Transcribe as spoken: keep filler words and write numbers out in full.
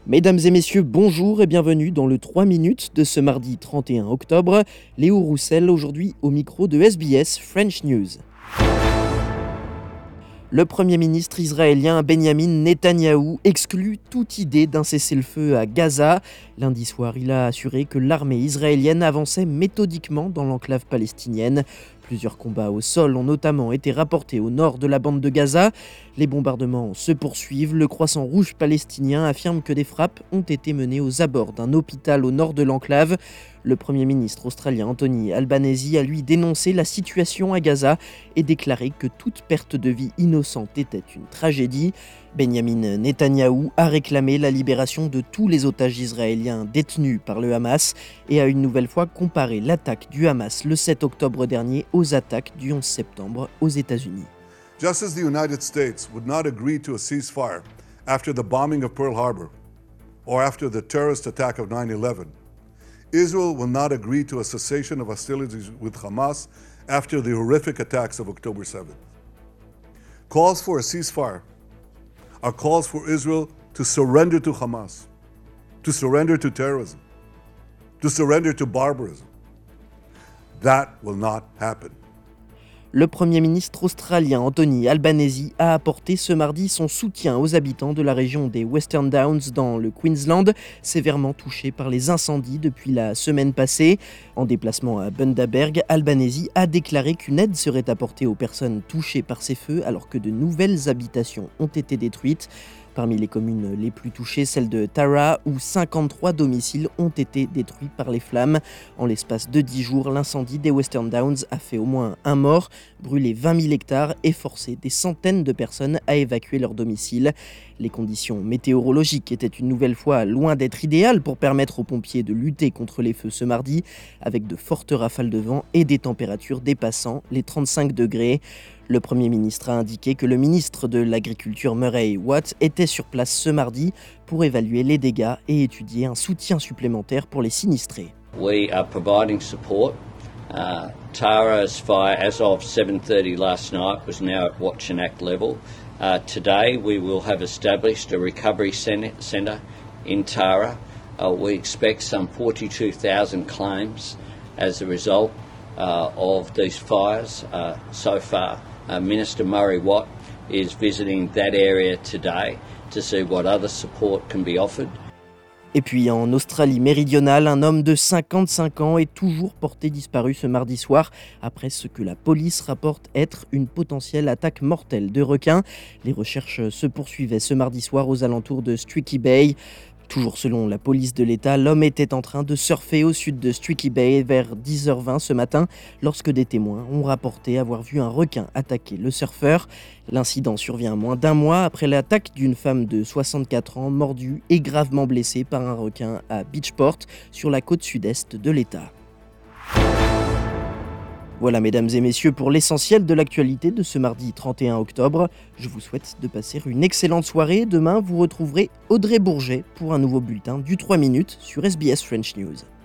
Mesdames et messieurs, bonjour et bienvenue dans le trois minutes de ce mardi trente et un octobre. Léo Roussel aujourd'hui au micro de S B S French News. Le Premier ministre israélien Benjamin Netanyahou exclut toute idée d'un cessez-le-feu à Gaza. Lundi soir, il a assuré que l'armée israélienne avançait méthodiquement dans l'enclave palestinienne. Plusieurs combats au sol ont notamment été rapportés au nord de la bande de Gaza. Les bombardements se poursuivent. Le Croissant Rouge palestinien affirme que des frappes ont été menées aux abords d'un hôpital au nord de l'enclave. Le Premier ministre australien Anthony Albanese a lui dénoncé la situation à Gaza et déclaré que toute perte de vie innocente était une tragédie. Benjamin Netanyahou a réclamé la libération de tous les otages israéliens détenus par le Hamas et a une nouvelle fois comparé l'attaque du Hamas le sept octobre dernier aux attaques du onze septembre aux États-Unis. Just as the United States would not agree to a ceasefire after the bombing of Pearl Harbor or after the terrorist attack of nine eleven, Israel will not agree to a cessation of hostilities with Hamas after the horrific attacks of October seventh. Calls for a ceasefire are calls for Israel to surrender to Hamas, to surrender to terrorism, to surrender to barbarism. That will not happen. Le Premier ministre australien Anthony Albanese a apporté ce mardi son soutien aux habitants de la région des Western Downs dans le Queensland, sévèrement touchés par les incendies depuis la semaine passée. En déplacement à Bundaberg, Albanese a déclaré qu'une aide serait apportée aux personnes touchées par ces feux alors que de nouvelles habitations ont été détruites. Parmi les communes les plus touchées, celle de Tara, où cinquante-trois domiciles ont été détruits par les flammes. En l'espace de dix jours, l'incendie des Western Downs a fait au moins un mort, brûlé vingt mille hectares et forcé des centaines de personnes à évacuer leur domicile. Les conditions météorologiques étaient une nouvelle fois loin d'être idéales pour permettre aux pompiers de lutter contre les feux ce mardi, avec de fortes rafales de vent et des températures dépassant les trente-cinq degrés. Le Premier ministre a indiqué que le ministre de l'Agriculture Murray Watt était sur place ce mardi pour évaluer les dégâts et étudier un soutien supplémentaire pour les sinistrés. We are providing support. Uh, Tara's fire, as of seven thirty last night, was now at Watch and Act level. Uh, today we will have established a recovery centre in Tara. Uh, we expect some forty-two thousand claims as a result uh, of these fires uh, so far. Uh, Minister Murray Watt is visiting that area today to see what other support can be offered. Et puis en Australie méridionale, un homme de cinquante-cinq ans est toujours porté disparu ce mardi soir après ce que la police rapporte être une potentielle attaque mortelle de requins. Les recherches se poursuivaient ce mardi soir aux alentours de Streaky Bay. Toujours selon la police de l'État, l'homme était en train de surfer au sud de Streaky Bay vers dix heures vingt ce matin lorsque des témoins ont rapporté avoir vu un requin attaquer le surfeur. L'incident survient moins d'un mois après l'attaque d'une femme de soixante-quatre ans mordue et gravement blessée par un requin à Beachport sur la côte sud-est de l'État. Voilà mesdames et messieurs pour l'essentiel de l'actualité de ce mardi trente et un octobre. Je vous souhaite de passer une excellente soirée. Demain, vous retrouverez Audrey Bourget pour un nouveau bulletin du trois minutes sur S B S French News.